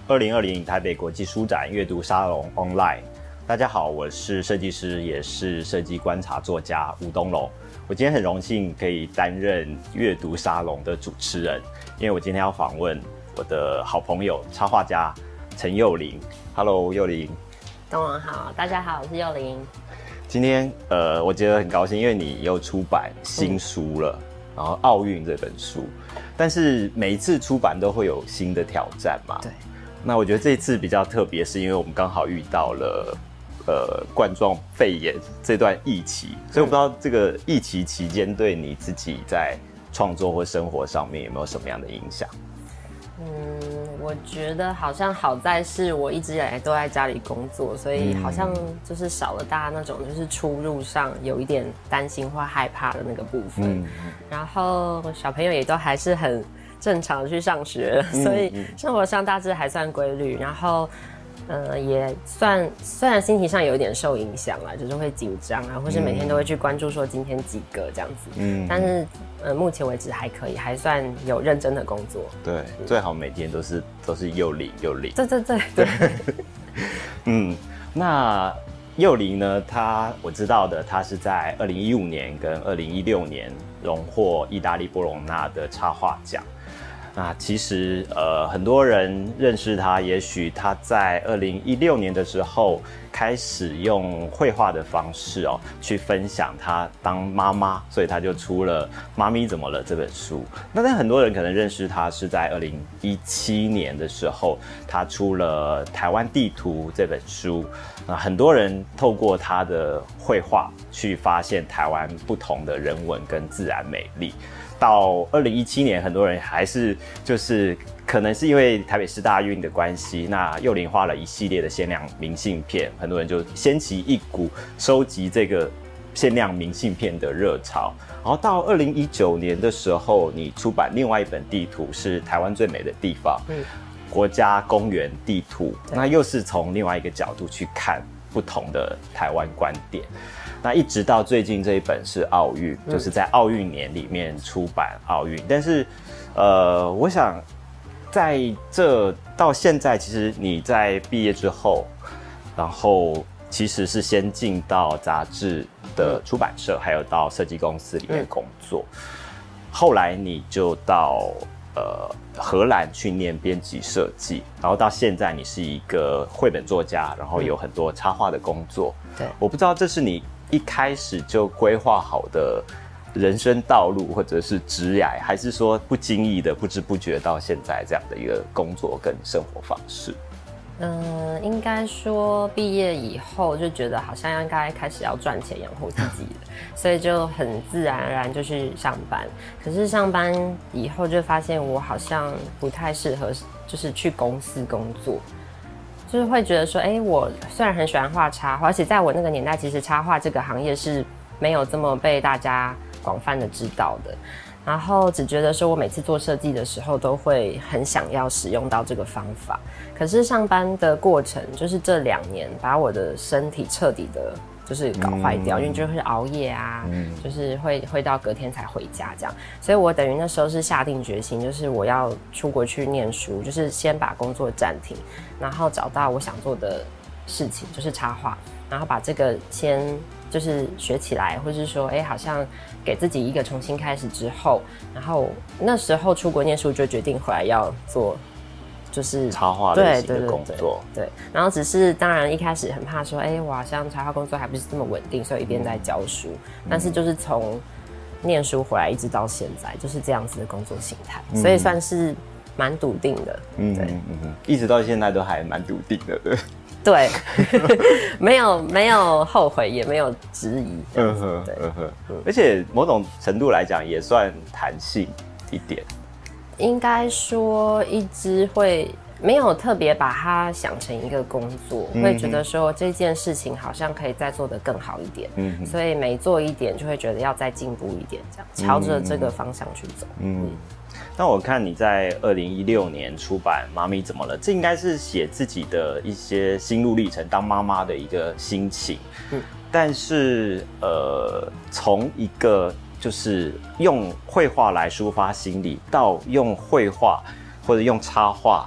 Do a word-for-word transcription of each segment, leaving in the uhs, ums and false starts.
二零二零台北国际书展阅读沙龙 Online。大家好，我是设计师，也是设计观察作家吴东龙。我今天很荣幸可以担任阅读沙龙的主持人，因为我今天要访问我的好朋友插画家陈宥羚。Hello， 宥羚。 东龙好，大家好，我是宥羚。 今天呃，我觉得很高兴，因为你又出版新书了，嗯、然后《奥运》这本书，但是每一次出版都会有新的挑战嘛。 对。 那我觉得这一次比较特别，是因为我们刚好遇到了呃冠状肺炎这段疫期，所以我不知道这个疫期期间对你自己在创作或生活上面有没有什么样的影响？ 嗯，我觉得好像好在是我一直以来都在家里工作，所以好像就是少了大家那种就是出入上有一点担心或害怕的那个部分。嗯、然后小朋友也都还是很正常的去上学，所以生活上大致还算规律，然后，呃，也算虽然心情上有一点受影响啦，就是会紧张啊，或是每天都会去关注说今天几个这样子，嗯，但是呃，目前为止还可以，还算有认真的工作。对， 嗯、最好每天都是都是宥羚宥羚。 对对对对。 嗯，那宥羚呢？他我知道的，他是在二零一五年跟二零一六年荣获意大利波隆纳的插画奖。那其实呃很多人认识他，也许他在二零一六年的时候开始用绘画的方式哦去分享他当妈妈，所以他就出了《妈咪怎么了》这本书。那但很多人可能认识他是在二零一七年的时候，他出了《台湾地图》这本书。那很多人透过他的绘画去发现台湾不同的人文跟自然美丽。到二零一七年，很多人还是就是可能是因为台北市大运的关系，那宥羚画了一系列的限量明信片，很多人就掀起一股收集这个限量明信片的热潮。然后到二零一九年的时候，你出版另外一本地图，是台湾最美的地方，嗯，国家公园地图，那又是从另外一个角度去看不同的台湾观点。那一直到最近这一本是奥运，嗯、就是在奥运年里面出版奥运，但是，呃，我想在这到现在，其实你在毕业之后，然后其实是先进到杂志的出版社，嗯、还有到设计公司里面工作，嗯、后来你就到呃荷兰去念编辑设计，然后到现在你是一个绘本作家，然后有很多插画的工作。对，我不知道这是你一开始就规划好的人生道路，或者是职涯，还是说不经意的、不知不觉到现在这样的一个工作跟生活方式？ 嗯，应该说毕业以后就觉得好像应该开始要赚钱养活自己了，所以就很自然而然就去上班。可是上班以后就发现我好像不太适合，就是去公司工作。就是会觉得说，哎、欸，我虽然很喜欢画插画，而且在我那个年代，其实插画这个行业是没有这么被大家广泛的知道的。然后只觉得说我每次做设计的时候，都会很想要使用到这个方法。可是上班的过程，就是这两年把我的身体彻底的，就是搞坏掉，嗯、因为就会熬夜啊，嗯、就是会会到隔天才回家这样。所以我等于那时候是下定决心，就是我要出国去念书，就是先把工作暂停，然后找到我想做的事情，就是插画，然后把这个先就是学起来，或是说，哎、欸，好像给自己一个重新开始之后，然后那时候出国念书就决定回来要做。就是插画类型的工作， 对， 对, 对, 对，然后只是当然一开始很怕说，哎、欸，我好像插画工作还不是这么稳定，所以一边在教书，嗯、但是就是从念书回来一直到现在，就是这样子的工作形态，嗯、所以算是蛮笃定的，嗯，对， 嗯嗯，一直到现在都还蛮笃定的，对。 对，没有没有后悔，也没有质疑，嗯哼，对，嗯哼，而且某种程度来讲也算弹性一点。 应该说一直会没有特别把它想成一个工作，嗯、会觉得说这件事情好像可以再做得更好一点，嗯、所以每做一点就会觉得要再进步一点，这样朝着这个方向去走。嗯， 但我看你在二零一六年出版《妈咪怎么了》，这应该是写自己的一些心路历程，当妈妈的一个心情。嗯，但是呃，从一个就是用绘画来抒发心理，到用绘画或者用插画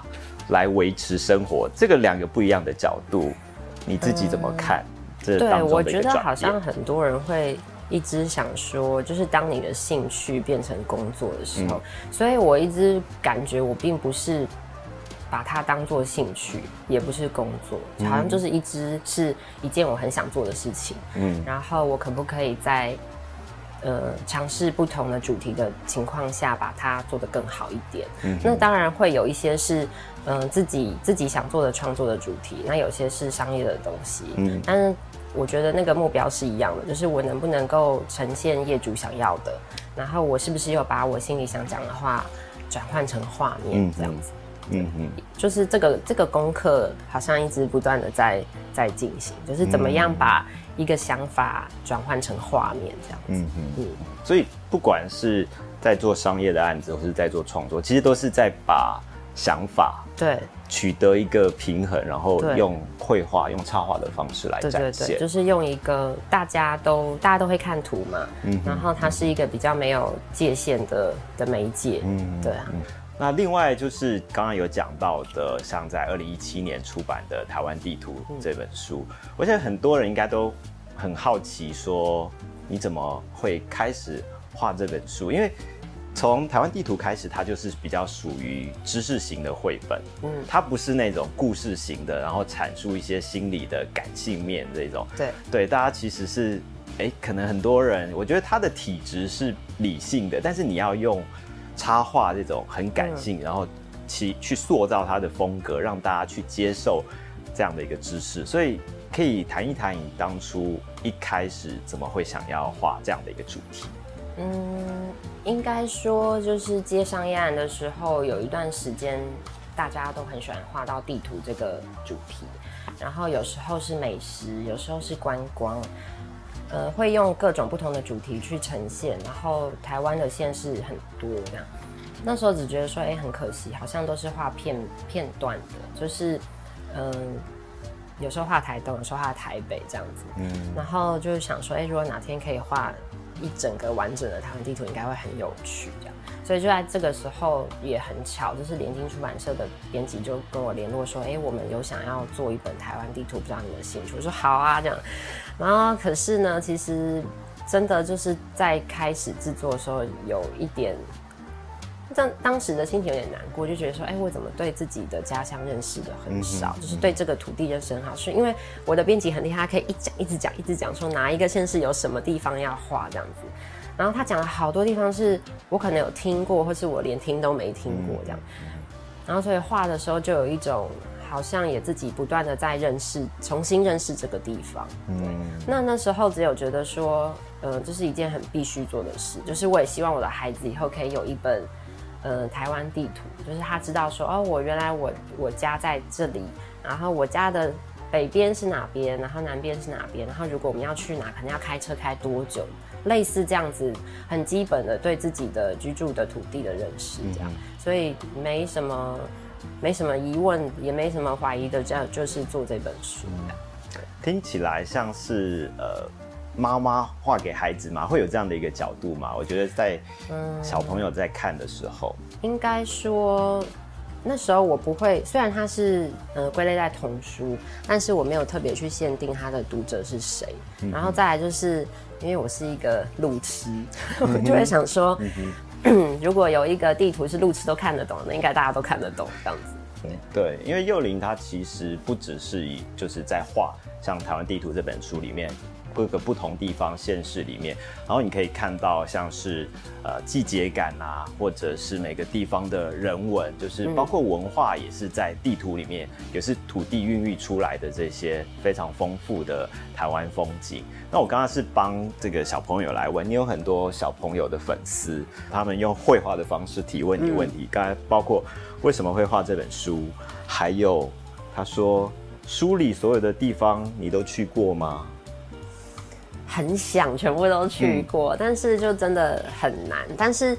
来维持生活，这个两个不一样的角度，你自己怎么看？嗯、这当中的一个转变？ 对，我觉得好像很多人会一直想说，就是当你的兴趣变成工作的时候，嗯、所以我一直感觉我并不是把它当作兴趣，也不是工作，好像就是一直是一件我很想做的事情。嗯，然后我可不可以在呃尝试不同的主题的情况下，把它做得更好一点？嗯，那当然会有一些是嗯、呃、自己自己想做的创作的主题，那有些是商业的东西。嗯，但是我觉得那个目标是一样的，就是我能不能够呈现业主想要的，然后我是不是有把我心里想讲的话转换成画面，这样子。嗯嗯，就是这个这个功课好像一直不断的在在进行，就是怎么样把一个想法转换成画面这样子。嗯嗯嗯。 所以不管是在做商业的案子，或是在做创作，其实都是在把想法对取得一个平衡，然后用绘画、用插画的方式来展现。对对对， 就是用一个大家都大家都会看图嘛，嗯，然后它是一个比较没有界限的的媒介。嗯，对啊。嗯， 那另外就是刚刚有讲到的，像在二零一七年出版的《台湾地图》这本书，嗯、我想很多人应该都很好奇，说你怎么会开始画这本书？因为从《台湾地图》开始，它就是比较属于知识型的绘本，嗯，它不是那种故事型的，然后阐述一些心理的感性面这种。 对对，大家其实是，哎，可能很多人，我觉得他的体质是理性的，但是你要用插画这种很感性，嗯、然后去去塑造它的风格，让大家去接受这样的一个知识。所以可以谈一谈你当初一开始怎么会想要画这样的一个主题？ 嗯，应该说就是接商业案的时候，有一段时间大家都很喜欢画到地图这个主题，然后有时候是美食，有时候是观光。呃，会用各种不同的主题去呈现，然后台湾的县市很多这样。那时候只觉得说，哎、欸，很可惜，好像都是画片片段的，就是嗯、呃，有时候画台东，有时候画台北这样子。嗯。然后就是想说，哎、欸，如果哪天可以画一整个完整的台湾地图，应该会很有趣这样。所以就在这个时候也很巧，就是联经出版社的编辑就跟我联络说，哎、欸，我们有想要做一本台湾地图，不知道你们有兴趣？我说好啊，这样。然后可是呢，其实真的就是在开始制作的时候，有一点，当当时的心情有点难过，就觉得说，哎、欸，我怎么对自己的家乡认识的很少，嗯、就是对这个土地认识很好，是因为我的编辑很厉害，他可以一讲一直讲一直讲，说哪一个县市有什么地方要画这样子。然后他讲了好多地方是我可能有听过，或是我连听都没听过这样。然后所以画的时候就有一种好像也自己不断的在认识，重新认识这个地方。嗯，那那时候只有觉得说，呃，这是一件很必须做的事，就是我也希望我的孩子以后可以有一本，呃，台湾地图，就是他知道说，哦，我原来我我家在这里，然后我家的北边是哪边，然后南边是哪边，然后如果我们要去哪，可能要开车开多久。类似这样子很基本的对自己的居住的土地的认识这样，嗯、所以没什么没什么疑问，也没什么怀疑的，这样就是做这本书。 嗯、听起来像是呃妈妈画给孩子嘛，会有这样的一个角度嘛？我觉得在小朋友在看的时候， 嗯、应该说那时候我不会，虽然它是呃归类在童书，但是我没有特别去限定它的读者是谁。嗯、然后再来就是。因为我是一个路痴，我就会想说，嗯、如果有一个地图是路痴都看得懂，那应该大家都看得懂这样子。 对，对，因为幼霖他其实不只是以就是在画像《台湾地图》这本书里面各个不同地方县市里面，然后你可以看到像是呃季节感啊，或者是每个地方的人文，就是包括文化也是在地图里面，也是土地孕育出来的这些非常丰富的台湾风景。那我刚刚是帮这个小朋友来问，你有很多小朋友的粉丝，他们用绘画的方式提问你问题，刚、嗯、才包括为什么会画这本书，还有他说书里所有的地方你都去过吗？ 很想全部都去过，嗯、但是就真的很难。但是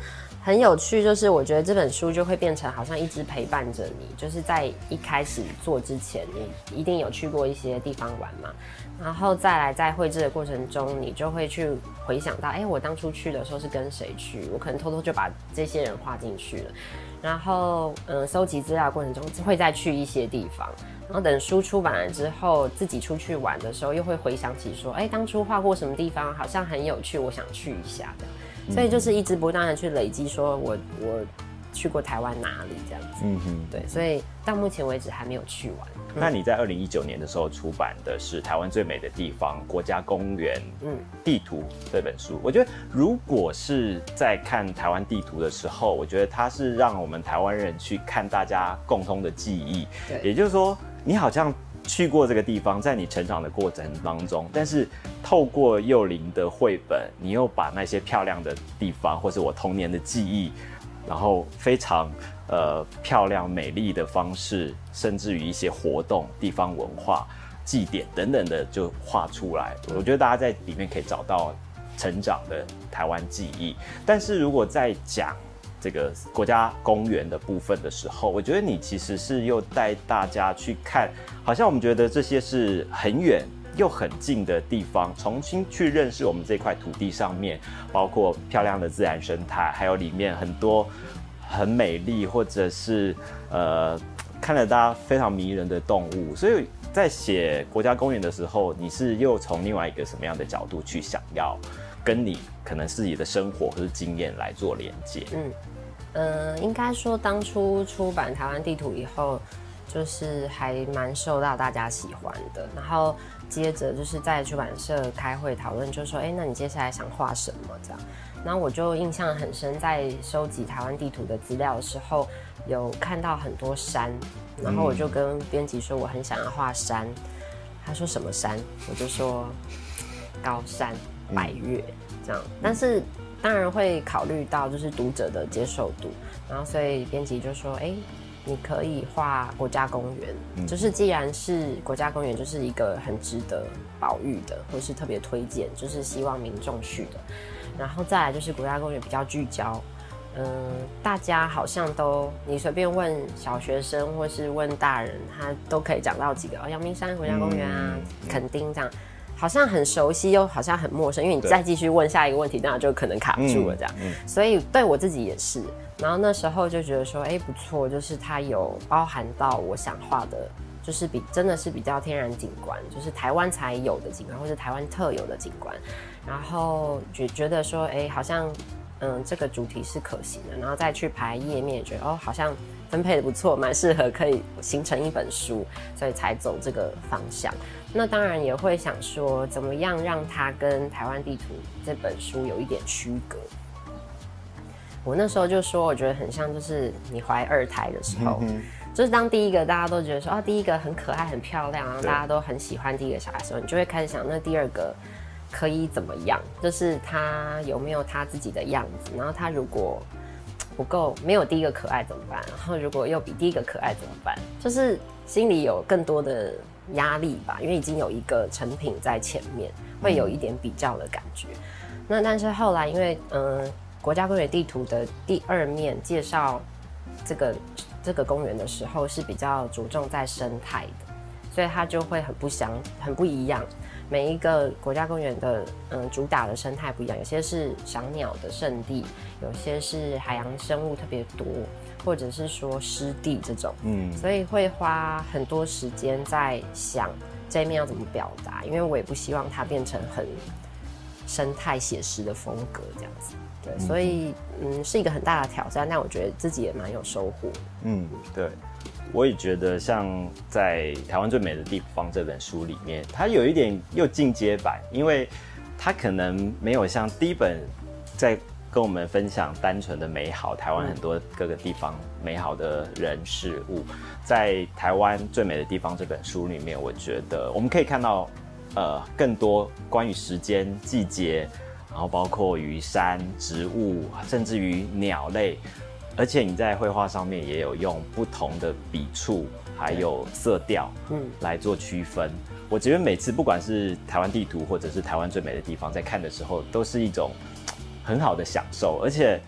很有趣，就是我觉得这本书就会变成好像一直陪伴着你，就是在一开始做之前，你一定有去过一些地方玩嘛，然后再来在绘制的过程中，你就会去回想到，哎、欸，我当初去的时候是跟谁去，我可能偷偷就把这些人画进去了，然后嗯，收集资料的过程中会再去一些地方。然后等书出版了之后，自己出去玩的时候，又会回想起说，哎、欸，当初画过什么地方，好像很有趣，我想去一下的。所以就是一直不断的去累积，说我我去过台湾哪里这样子。嗯哼，对，所以到目前为止还没有去完。嗯、 那你在二零一九年的时候出版的是《台湾最美的地方：国家公园地图》这本书。我觉得如果是在看台湾地图的时候，我觉得它是让我们台湾人去看大家共通的记忆。对，也就是说，你好像去过这个地方，在你成长的过程当中，但是透过幼玲的绘本，你又把那些漂亮的地方，或是我童年的记忆，然后非常呃漂亮美丽的方式，甚至于一些活动、地方文化、祭典等等的，就画出来。我觉得大家在里面可以找到成长的台湾记忆。但是如果在讲这个国家公园的部分的时候，我觉得你其实是又带大家去看，好像我们觉得这些是很远又很近的地方，重新去认识我们这块土地上面，包括漂亮的自然生态，还有里面很多很美丽或者是呃看了大家非常迷人的动物。所以在写国家公园的时候，你是又从另外一个什么样的角度去想要跟你可能自己的生活或是经验来做连接？嗯， 呃，应该说当初出版台湾地图以后，就是还蛮受到大家喜欢的。然后接着就是在出版社开会讨论，就说，哎、欸，那你接下来想画什么？这样，然后我就印象很深，在收集台湾地图的资料的时候，有看到很多山，然后我就跟编辑说，我很想要画山。他说什么山？我就说高山。百岳这样，但是当然会考虑到就是读者的接受度，然后所以编辑就说，哎、欸，你可以画国家公园、嗯，就是既然是国家公园，就是一个很值得保育的，或是特别推荐，就是希望民众去的。然后再来就是国家公园比较聚焦，嗯，大家好像都你随便问小学生或是问大人，他都可以讲到几个哦，阳明山国家公园啊，嗯、垦丁这样。好像很熟悉又好像很陌生，因为你再继续问下一个问题，那就可能卡住了这样、嗯嗯。所以对我自己也是，然后那时候就觉得说，哎、欸，不错，就是它有包含到我想画的，就是比真的是比较天然景观，就是台湾才有的景观，或是台湾特有的景观。然后觉觉得说，哎、欸，好像嗯这个主题是可行的，然后再去排页面，觉得哦好像分配的不错，蛮适合可以形成一本书，所以才走这个方向。那当然也会想说，怎么样让它跟《台湾地图》这本书有一点区隔。我那时候就说，我觉得很像，就是你怀二胎的时候，嗯、就是当第一个大家都觉得说，哦，第一个很可爱、很漂亮，然后大家都很喜欢第一个小孩的时候，你就会开始想，那第二个可以怎么样？就是他有没有他自己的样子？然后他如果不够，没有第一个可爱怎么办？然后如果又比第一个可爱怎么办？就是心里有更多的压力吧，因为已经有一个成品在前面，会有一点比较的感觉。嗯、那但是后来，因为嗯、呃，国家公园地图的第二面介绍这个这个公园的时候，是比较着重在生态的，所以它就会很不相很不一样。每一个国家公园的嗯主打的生态不一样，有些是赏鸟的圣地，有些是海洋生物特别多，或者是说湿地这种，嗯，所以会花很多时间在想这一面要怎么表达，因为我也不希望它变成很生态写实的风格这样子，对，嗯、所以嗯是一个很大的挑战，但我觉得自己也蛮有收获的， 嗯，对。我也觉得，像在《台湾最美的地方》这本书里面，它有一点又进阶版，因为它可能没有像第一本在跟我们分享单纯的美好，台湾很多各个地方美好的人事物。在《台湾最美的地方》这本书里面，我觉得我们可以看到，呃，更多关于时间、季节，然后包括于山、植物，甚至于鸟类。而且你在绘画上面也有用不同的笔触，还有色调，嗯，来做区分。我觉得每次不管是台湾地图或者是台湾最美的地方，在看的时候都是一种很好的享受。而且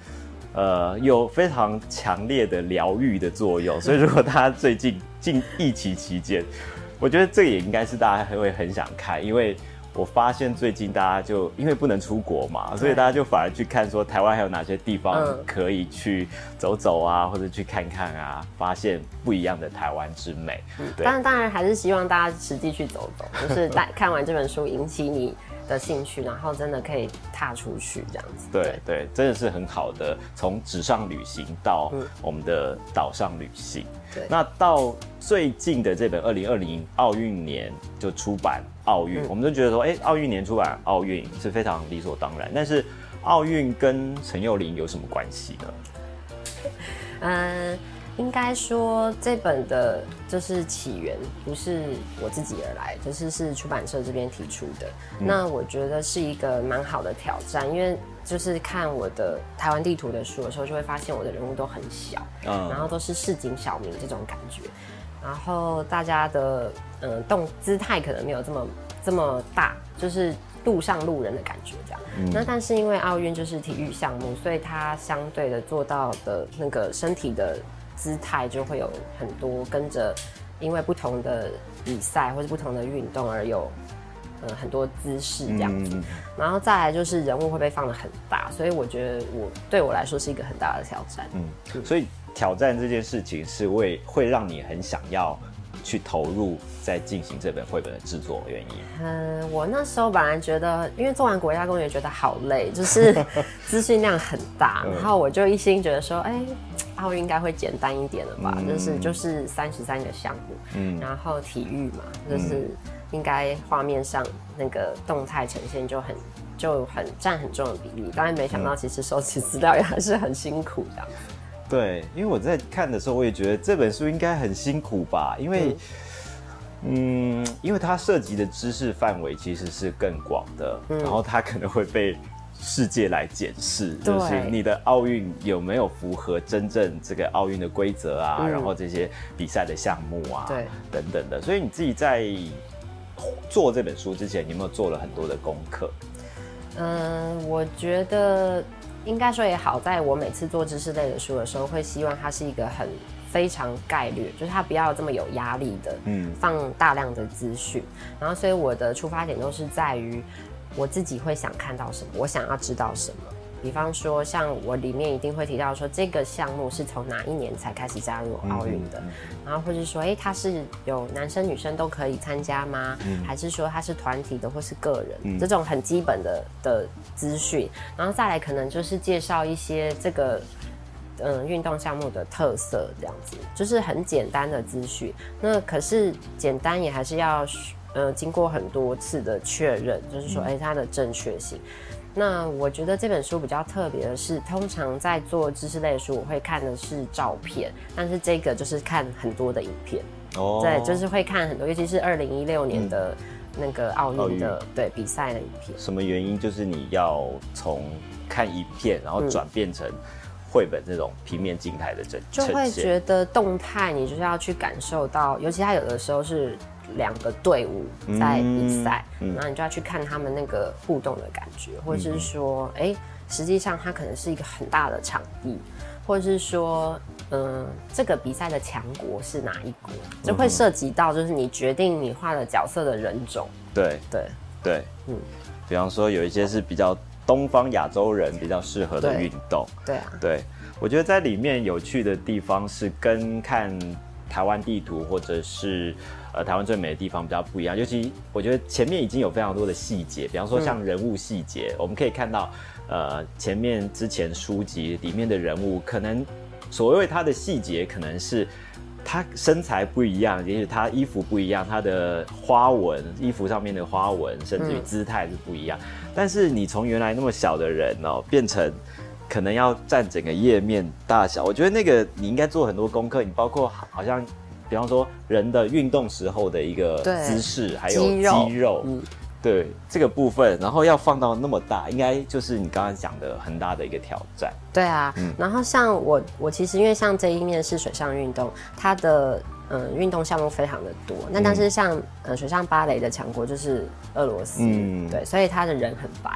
呃有非常强烈的疗愈的作用，所以如果大家最近近疫情期间，我觉得这也应该是大家会很想看，因为我发现最近大家就因为不能出国嘛，所以大家就反而去看说台湾还有哪些地方可以去走走啊，或者去看看啊，发现不一样的台湾之美。 嗯，当然当然还是希望大家实际去走走，就是看完这本书引起你的兴趣，然后真的可以踏出去这样子。 对 对, 对，真的是很好的，从纸上旅行到我们的岛上旅行。对，那到最近的这本二零二零奥运年就出版奥运，嗯、我们就觉得说，哎，奥运年出版奥运是非常理所当然。但是奥运跟陈又凌有什么关系呢？ 嗯。应该说，这本的就是起源不是我自己而来，就是是出版社这边提出的。嗯、那我觉得是一个蛮好的挑战，因为就是看我的台湾地图的书的时候，就会发现我的人物都很小，嗯、然后都是市井小民这种感觉，然后大家的嗯动姿态可能没有这么这么大，就是路上路人的感觉这样。嗯、那但是因为奥运就是体育项目，所以它相对的做到的那个身体的姿态就会有很多跟着，因为不同的比赛或是不同的运动而有，呃，很多姿势这样子。嗯、然后再来就是人物会被放得很大，所以我觉得我对我来说是一个很大的挑战。 嗯，所以挑战这件事情是为会让你很想要去投入在进行这本绘本的制作原因。 嗯，我那时候本来觉得，因为做完国家公园觉得好累，就是资讯量很大，然后我就一心觉得说，哎、欸。奥运应该会简单一点了吧，嗯、就是就是三十三个项目，嗯，然后体育嘛，就是应该画面上那个动态呈现就很就很占很重的比例，当然没想到其实收集资料也还是很辛苦这样子。 对，因为我在看的时候，我也觉得这本书应该很辛苦吧，因为嗯，嗯因为它涉及的知识范围其实是更广的，嗯、然后它可能会被世界来检视，就是你的奥运有没有符合真正这个奥运的规则啊，嗯、然后这些比赛的项目啊，对，等等的。所以你自己在做这本书之前，你有没有做了很多的功课？ 嗯，我觉得应该说也好，在我每次做知识类的书的时候，会希望它是一个很非常概略，就是它不要这么有压力的，嗯，放大量的资讯。然后，所以我的出发点都是在于我自己会想看到什么，我想要知道什么。比方说，像我里面一定会提到说，这个项目是从哪一年才开始加入奥运的，嗯、然后或是说，哎、欸，它是有男生女生都可以参加吗？嗯、还是说它是团体的或是个人？嗯、这种很基本的的资讯，然后再来可能就是介绍一些这个嗯运动项目的特色，这样子就是很简单的资讯。那可是简单也还是要呃经过很多次的确认，就是说，哎、欸，它的正确性。那我觉得这本书比较特别的是，通常在做知识类的书，我会看的是照片，但是这个就是看很多的影片。哦，对，就是会看很多，尤其是二零一六年的那个奥运的、嗯、对比赛的影片。 什么原因？就是你要从看影片，然后转变成绘本这种平面静态的呈现， 就会觉得动态，你就是要去感受到，尤其它有的时候是两个队伍在比赛，嗯嗯、然后你就要去看他们那个互动的感觉，或者是说，哎、欸，实际上它可能是一个很大的场地，或者是说，嗯，这个比赛的强国是哪一国，就会涉及到就是你决定你画的角色的人种。 对对对，嗯，比方说有一些是比较东方亚洲人比较适合的运动， 对啊， 对，我觉得在里面有趣的地方是跟看台湾地图或者是呃台湾最美的地方比较不一样，尤其我觉得前面已经有非常多的细节，比方说像人物细节，嗯、我们可以看到呃前面之前书籍里面的人物，可能所谓他的细节可能是他身材不一样，也许他衣服不一样，他的花纹衣服上面的花纹甚至于姿态是不一样，嗯、但是你从原来那么小的人哦变成可能要占整个页面大小，我觉得那个你应该做很多功课，你包括好像比方说人的运动时候的一个姿势，还有肌肉，肌肉嗯、对这个部分，然后要放到那么大，应该就是你刚刚讲的很大的一个挑战。 对啊，嗯、然后像我，我其实因为像这一面是水上运动，它的嗯运动项目非常的多，那但是像呃水上芭蕾的强国就是俄罗斯，嗯、对，所以它的人很白。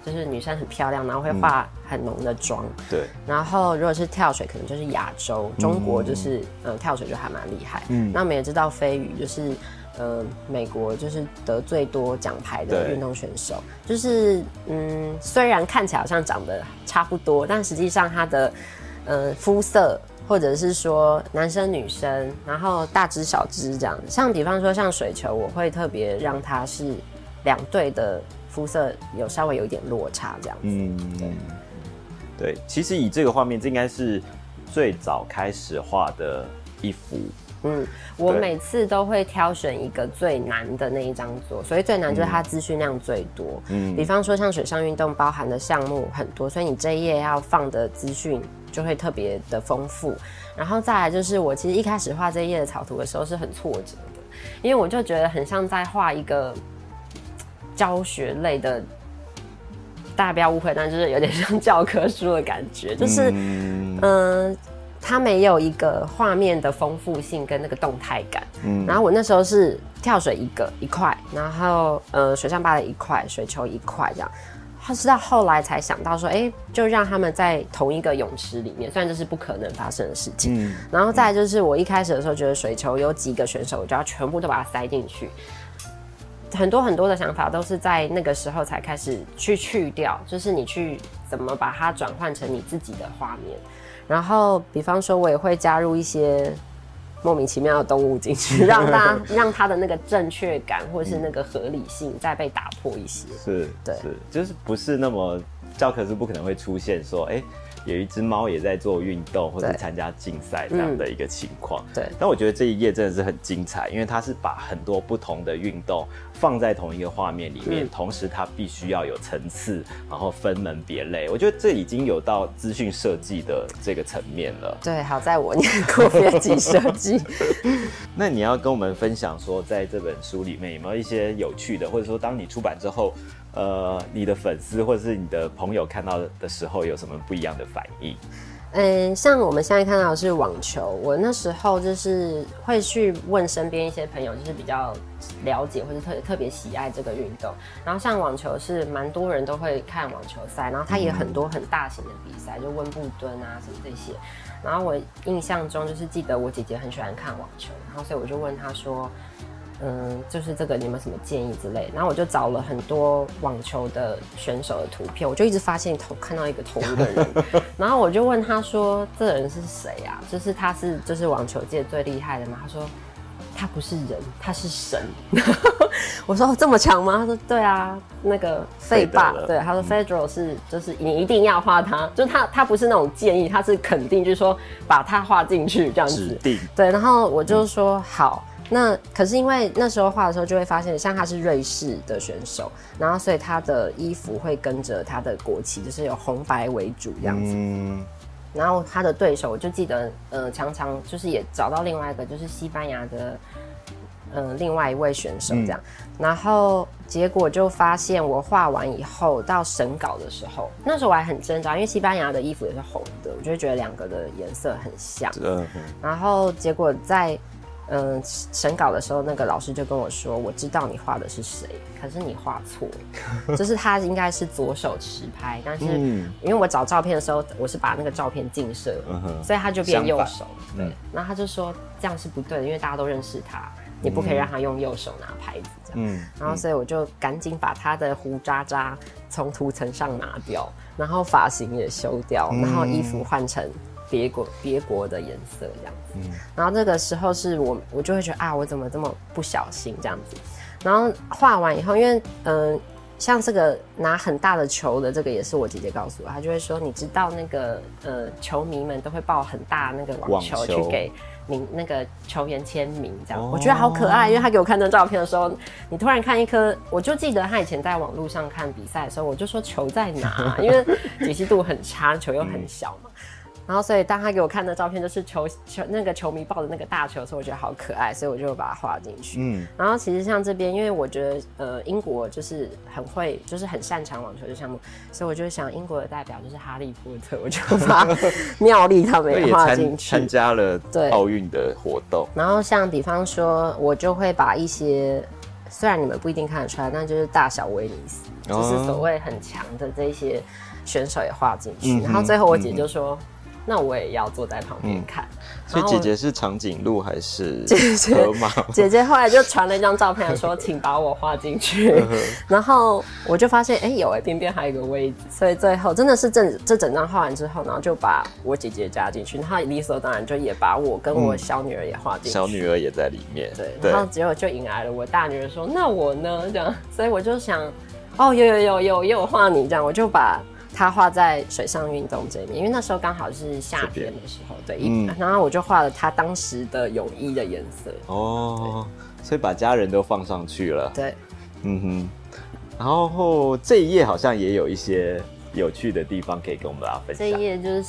就是女生很漂亮，然后会化很浓的妆。 嗯、对。 然后如果是跳水，可能就是亚洲，中国就是嗯、呃、跳水就还蛮厉害。嗯。那我们也知道飞鱼就是。呃，美国就是得最多奖牌的运动选手，就是嗯，虽然看起来好像长得差不多，但实际上他的呃肤色，或者是说男生女生，然后大只小只这样，像比方说像水球，我会特别让他是两队的肤色有稍微有一点落差这样子。嗯，对， 对，其实以这个画面，这应该是最早开始画的一幅。 嗯，我每次都会挑选一个最难的那一张做，所以最难就是它资讯量最多。嗯，比方说像水上运动包含的项目很多，所以你这一页要放的资讯就会特别的丰富。然后再来就是我其实一开始画这一页的草图的时候是很挫折的，因为我就觉得很像在画一个教学类的，大家不要误会，但就是有点像教科书的感觉，就是嗯。呃它没有一个画面的丰富性跟那个动态感，嗯，然后我那时候是跳水一个一块，然后呃水上芭蕾一块，水球一块这样，是到后来才想到说，哎、欸，就让他们在同一个泳池里面，虽然这是不可能发生的事情，嗯，然后再来就是我一开始的时候觉得水球有几个选手，我就要全部都把它塞进去。很多很多的想法都是在那个时候才开始去去掉，就是你去怎么把它转换成你自己的画面。然后，比方说，我也会加入一些莫名其妙的动物进去，让它让它的那个正确感或是那个合理性再被打破一些。 是，对，是，就是不是那么教科书不可能会出现说，哎、欸，有一只猫也在做运动或者参加竞赛这样的一个情况。 对， 但我觉得这一页真的是很精彩，因为它是把很多不同的运动放在同一个画面里面，嗯、同时它必须要有层次，然后分门别类。我觉得这已经有到资讯设计的这个层面了。 对，好在我念过编辑设计。 那你要跟我们分享说，在这本书里面有没有一些有趣的，或者说当你出版之后，呃，你的粉丝或者是你的朋友看到的时候有什么不一样的反应？ 嗯，像我们现在看到的是网球，我那时候就是会去问身边一些朋友，就是比较了解或者特特别喜爱这个运动。然后像网球是蛮多人都会看网球赛，然后它也很多很大型的比赛，就温布顿啊什么这些。然后我印象中就是记得我姐姐很喜欢看网球，然后所以我就问她说，嗯，就是这个你有没有什么建议之类的？然后我就找了很多网球的选手的图片，我就一直发现同看到一个同一个人，然后我就问他说：“这个人是谁啊？就是他是就是网球界最厉害的吗？”他说：“他不是人，他是神。”我说：“这么强吗？”他说：“对啊，那个费霸，对，他说 Federer 是就是你一定要画他，就是他他不是那种建议，他是肯定，就是说把他画进去这样子。 指定对，然后我就说、嗯、好。那可是因为那时候画的时候就会发现，像他是瑞士的选手，然后所以他的衣服会跟着他的国旗，就是有红白为主这样子。嗯、然后他的对手，我就记得，呃，常常就是也找到另外一个，就是西班牙的，呃，另外一位选手这样。嗯、然后结果就发现，我画完以后到审稿的时候，那时候我还很挣扎，因为西班牙的衣服也是红的，我就会觉得两个的颜色很像。嗯、然后结果在嗯，审稿的时候，那个老师就跟我说：“我知道你画的是谁，可是你画错了，就是他应该是左手持拍，但是因为我找照片的时候，我是把那个照片近摄，嗯、所以他就变右手。对，嗯、然后他就说这样是不对的，因为大家都认识他，你不可以让他用右手拿拍子这样。嗯、然后所以我就赶紧把他的胡渣渣从图层上拿掉，然后发型也修掉，嗯、然后衣服换成别国别国的颜色这样子。”嗯、然后这个时候是我，我就会觉得啊，我怎么这么不小心这样子。然后画完以后，因为嗯、呃，像这个拿很大的球的这个也是我姐姐告诉我，她就会说，你知道那个呃球迷们都会抱很大那个网球去给你那个球员签名，这样、哦、我觉得好可爱。因为她给我看那照片的时候，你突然看一颗，我就记得她以前在网络上看比赛的时候，我就说球在哪？因为解析度很差，球又很小嘛。嗯然后，所以当他给我看的照片就是球球那个球迷抱的那个大球的时候，我觉得好可爱，所以我就把它画进去。嗯，然后其实像这边，因为我觉得呃英国就是很会，就是很擅长网球的项目，所以我就想英国的代表就是哈利波特，我就把妙丽他们也画进去， 参加了奥运的活动。 然后像比方说，我就会把一些虽然你们不一定看得出来，但就是大小威尼斯，哦、就是所谓很强的这些选手也画进去。嗯、然后最后我姐就说。嗯那我也要坐在旁边看、嗯， 所以姐姐是长颈鹿还是河马？ 姐姐后来就传了一张照片说，请把我画进去。然后我就发现，哎、欸，有哎、欸，边边还有一个位置，所以最后真的是这这整张画完之后，然后就把我姐姐加进去，然后理所当然就也把我跟我小女儿也画进去、嗯， 小女儿也在里面。 对，然后结果就引来了我大女儿说，那我呢？这样，所以我就想，哦，有有有有也有画你这样，我就把。他画在水上运动这边，因为那时候刚好是夏天的时候，对，嗯、然后我就画了他当时的泳衣的颜色。哦， 所以把家人都放上去了。 对， 嗯哼。然后这一页好像也有一些有趣的地方可以跟我们大家分享。 这一页就是，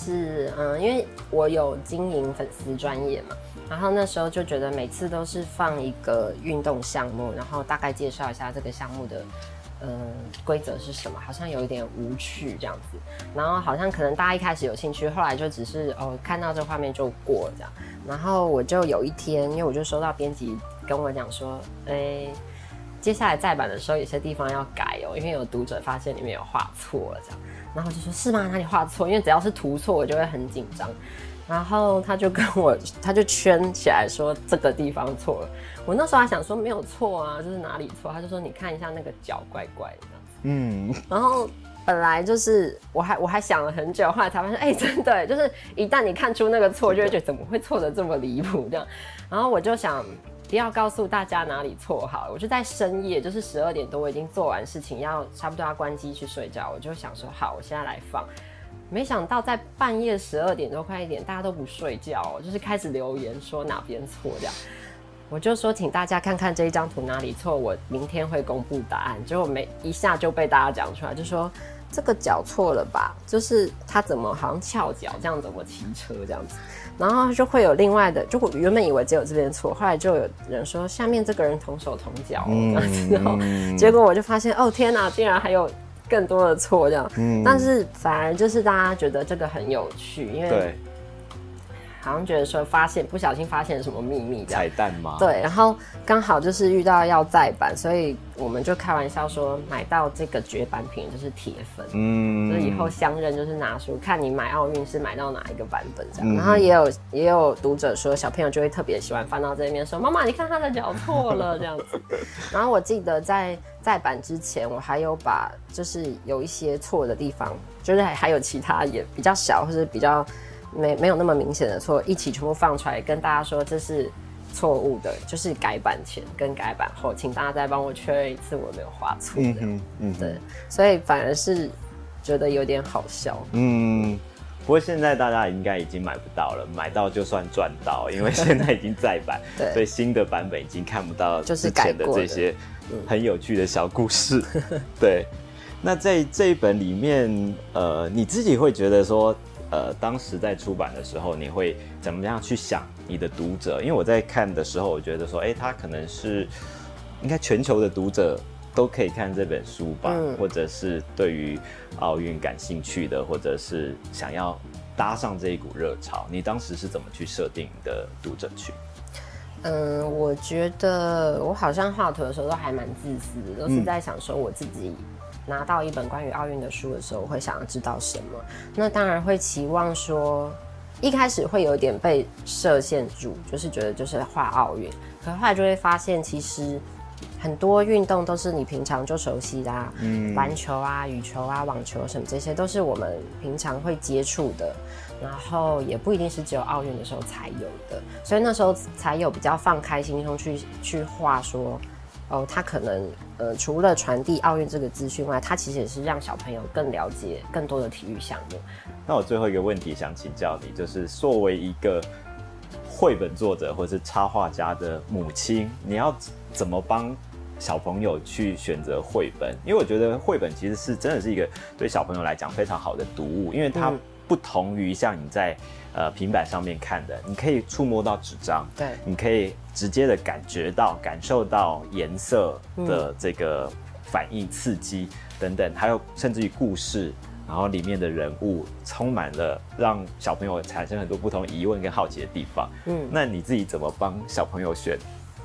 嗯，因为我有经营粉丝专页嘛，然后那时候就觉得每次都是放一个运动项目，然后大概介绍一下这个项目的。嗯，规则是什么？好像有一点无趣这样子，然后好像可能大家一开始有兴趣，后来就只是哦看到这画面就过了这样。然后我就有一天，因为我就收到编辑跟我讲说，哎，接下来再版的时候有些地方要改哦，因为有读者发现里面有画错了这样。然后我就说是吗？哪里画错？因为只要是涂错，我就会很紧张。然后他就跟我，他就圈起来说这个地方错了。我那时候还想说没有错啊，就是哪里错？他就说你看一下那个脚怪怪的这样子。嗯。然后本来就是我还我还想了很久，后来才发现，哎、欸，真的就是一旦你看出那个错，就会觉得怎么会错的这么离谱这样。然后我就想不要告诉大家哪里错好了，我就在深夜，就是十二点多，我已经做完事情，要差不多要关机去睡觉，我就想说好，我现在来放。没想到在半夜十二点多快一点，大家都不睡觉哦，就是开始留言说哪边错这样。我就说请大家看看这一张图哪里错，我明天会公布答案。结果没一下就被大家讲出来，就说这个脚错了吧，就是他怎么好像翘脚这样怎么骑车这样子，然后就会有另外的，就我原本以为只有这边错，后来就有人说下面这个人同手同脚、哦嗯、这样子，然后结果我就发现哦天哪，竟然还有更多的错这样、嗯，但是反而就是大家觉得这个很有趣，因为对。好像觉得说发现不小心发现什么秘密这样彩蛋吗？ 对，然后刚好就是遇到要再版，所以我们就开玩笑说买到这个绝版品就是铁粉，嗯，就是以后相认就是拿书看你买奥运是买到哪一个版本这样。嗯、然后也有也有读者说小朋友就会特别喜欢翻到这边说妈妈你看他的脚错了这样子。然后我记得在再版之前我还有把就是有一些错的地方，就是还有其他也比较小或者比较。没没有那么明显的错，一起全部放出来跟大家说这是错误的，就是改版前跟改版后，请大家再帮我确认一次我没有画错。嗯哼，嗯哼，对，所以反而是觉得有点好笑。嗯， 不过现在大家应该已经买不到了，买到就算赚到，因为现在已经再版，所以新的版本已经看不到之前的这些很有趣的小故事。对，那在这一本里面，呃，你自己会觉得说。呃，当时在出版的时候，你会怎么样去想你的读者？因为我在看的时候，我觉得说，哎、欸，他可能是应该全球的读者都可以看这本书吧，嗯、或者是对于奥运感兴趣的，或者是想要搭上这一股热潮。你当时是怎么去设定你的读者群？ 嗯，我觉得我好像画图的时候都还蛮自私的，都是在想说我自己。拿到一本关于奥运的书的时候，我会想要知道什么？那当然会期望说，一开始会有点被设限住，就是觉得就是画奥运，可后来就会发现，其实很多运动都是你平常就熟悉的啊，嗯，篮球啊、羽球啊、网球什么，这些都是我们平常会接触的，然后也不一定是只有奥运的时候才有的，所以那时候才有比较放开心胸去去画说。哦，他可能呃，除了传递奥运这个资讯外，他其实也是让小朋友更了解更多的体育项目。 那我最后一个问题想请教你，就是作为一个绘本作者或是插画家的母亲，你要怎么帮小朋友去选择绘本？因为我觉得绘本其实是真的是一个对小朋友来讲非常好的读物，因为它不同于像你在呃平板上面看的，你可以触摸到纸张，对，你可以直接的感觉到、感受到颜色的这个反应、刺激等等，还有甚至于故事，然后里面的人物充满了让小朋友产生很多不同疑问跟好奇的地方。嗯，那你自己怎么帮小朋友选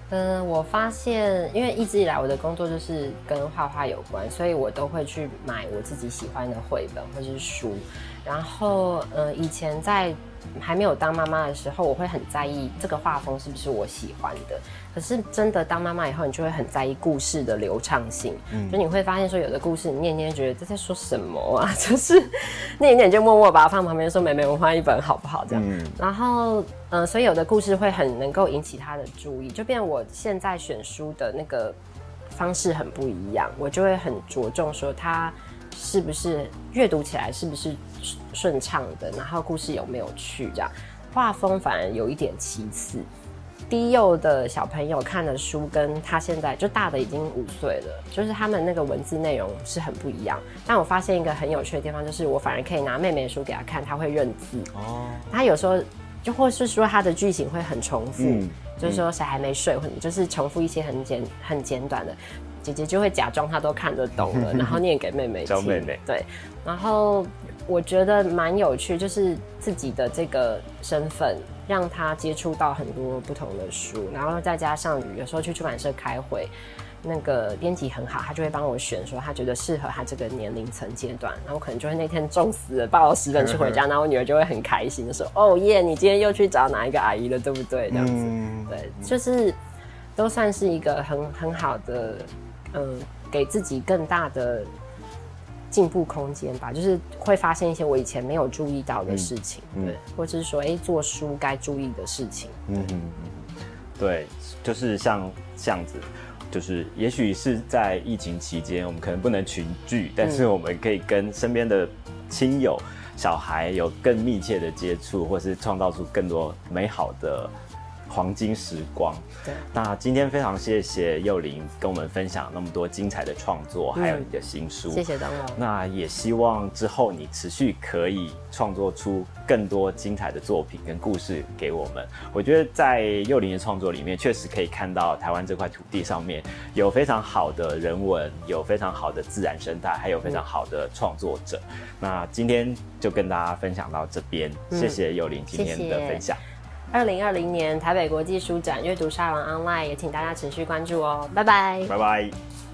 嗯、呃，我发现，因为一直以来我的工作就是跟画画有关，所以我都会去买我自己喜欢的绘本或是书。然后，呃，以前在还没有当妈妈的时候，我会很在意这个画风是不是我喜欢的。可是真的当妈妈以后，你就会很在意故事的流畅性。嗯，就你会发现说，有的故事你念念觉得这在说什么啊？就是念一念就默默把它放旁边，说妹妹，我换一本好不好？这样。嗯、然后，呃，所以有的故事会很能够引起他的注意，就变我现在选书的那个方式很不一样，我就会很着重说它是不是阅读起来是不是顺畅的，然后故事有没有趣，这样画风反而有一点其次。低幼的小朋友看的书跟他现在就大的已经五岁了，就是他们那个文字内容是很不一样。但我发现一个很有趣的地方，就是我反而可以拿妹妹的书给他看，他会认字哦。他有时候就或是说他的句型会很重复，嗯、就是说谁还没睡，或者就是重复一些很简很简短的。姐姐就会假装她都看得懂了，然后念给妹妹听。教妹妹。对，然后我觉得蛮有趣，就是自己的这个身份，让她接触到很多不同的书，然后再加上有时候去出版社开会，那个编辑很好，他就会帮我选说他觉得适合他这个年龄层阶段，然后可能就会那天中死了，抱了十本书回家，然后我女儿就会很开心的说：“哦耶，你今天又去找哪一个阿姨了，对不对？”这样子，嗯、对，就是都算是一个很很好的。嗯，给自己更大的进步空间吧，就是会发现一些我以前没有注意到的事情，嗯、对，或者是说，哎、欸，做书该注意的事情，嗯嗯嗯，对，就是像这样子，就是也许是在疫情期间，我们可能不能群聚，但是我们可以跟身边的亲友、小孩有更密切的接触，或是创造出更多美好的黄金时光。对，那今天非常谢谢幼玲跟我们分享那么多精彩的创作，嗯、还有你的新书。 谢谢东龙。 那也希望之后你持续可以创作出更多精彩的作品跟故事给我们。我觉得在幼玲的创作里面，确实可以看到台湾这块土地上面有非常好的人文，有非常好的自然生态，还有非常好的创作者。嗯、那今天就跟大家分享到这边，嗯、谢谢幼玲今天的分享。 二零二零年台北国际书展阅读沙龙 Online 也请大家持续关注哦，拜拜， 拜拜。